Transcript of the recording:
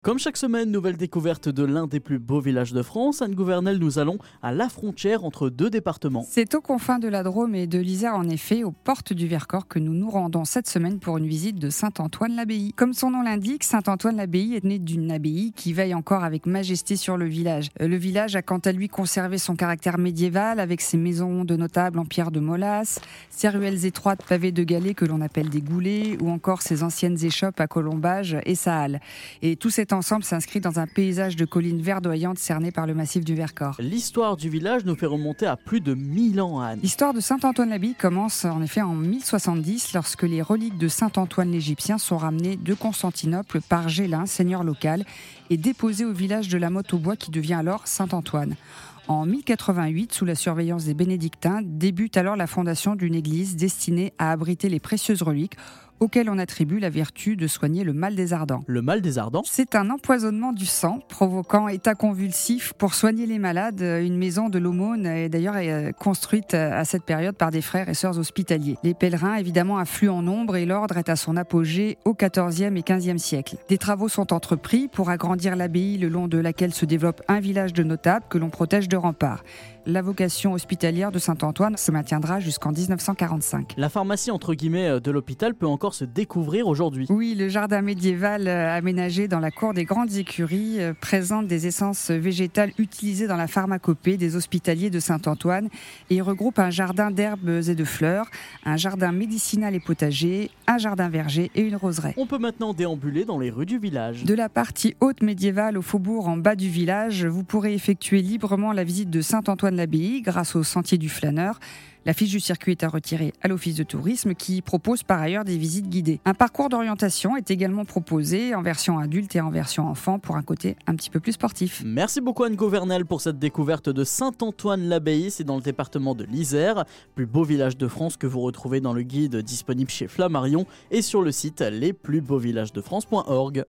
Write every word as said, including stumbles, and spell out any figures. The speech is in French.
Comme chaque semaine, nouvelle découverte de l'un des plus beaux villages de France. Anne Gouvernel, nous allons à la frontière entre deux départements. C'est aux confins de la Drôme et de l'Isère, en effet, aux portes du Vercors, que nous nous rendons cette semaine pour une visite de Saint-Antoine-l'Abbaye. Comme son nom l'indique, Saint-Antoine-l'Abbaye est né d'une abbaye qui veille encore avec majesté sur le village. Le village a quant à lui conservé son caractère médiéval avec ses maisons de notables en pierre de molasse, ses ruelles étroites pavées de galets que l'on appelle des goulets, ou encore ses anciennes échoppes à colombage et sa halle. Et tout cet ensemble s'inscrit dans un paysage de collines verdoyantes cernées par le massif du Vercors. L'histoire du village nous fait remonter à plus de mille ans, Anne. L'histoire de Saint-Antoine-l'Abbaye commence en effet en mille soixante-dix lorsque les reliques de Saint-Antoine l'Égyptien sont ramenées de Constantinople par Gélin, seigneur local, et déposées au village de la Motte-aux-Bois qui devient alors Saint-Antoine. En mille quatre-vingt-huit, sous la surveillance des bénédictins, débute alors la fondation d'une église destinée à abriter les précieuses reliques auquel on attribue la vertu de soigner le mal des ardents. Le mal des ardents ? C'est un empoisonnement du sang provoquant état convulsif pour soigner les malades. Une maison de l'aumône est d'ailleurs construite à cette période par des frères et sœurs hospitaliers. Les pèlerins évidemment affluent en nombre et l'ordre est à son apogée au quatorzième et quinzième siècle. Des travaux sont entrepris pour agrandir l'abbaye le long de laquelle se développe un village de notables que l'on protège de remparts. La vocation hospitalière de Saint-Antoine se maintiendra jusqu'en dix-neuf cent quarante-cinq. La pharmacie entre guillemets de l'hôpital peut encore se découvrir aujourd'hui. Oui, le jardin médiéval aménagé dans la cour des grandes écuries présente des essences végétales utilisées dans la pharmacopée des hospitaliers de Saint-Antoine et regroupe un jardin d'herbes et de fleurs, un jardin médicinal et potager, un jardin verger et une roseraie. On peut maintenant déambuler dans les rues du village. De la partie haute médiévale au faubourg en bas du village, vous pourrez effectuer librement la visite de Saint-Antoine-l'Abbaye grâce au sentier du flâneur. La fiche du circuit est à retirer à l'office de tourisme qui propose par ailleurs des visites guidées. Un parcours d'orientation est également proposé en version adulte et en version enfant pour un côté un petit peu plus sportif. Merci beaucoup Anne Gouvernel pour cette découverte de Saint-Antoine-l'Abbaye. C'est dans le département de l'Isère, plus beau village de France que vous retrouvez dans le guide disponible chez Flammarion et sur le site les plus beaux villages de France point org.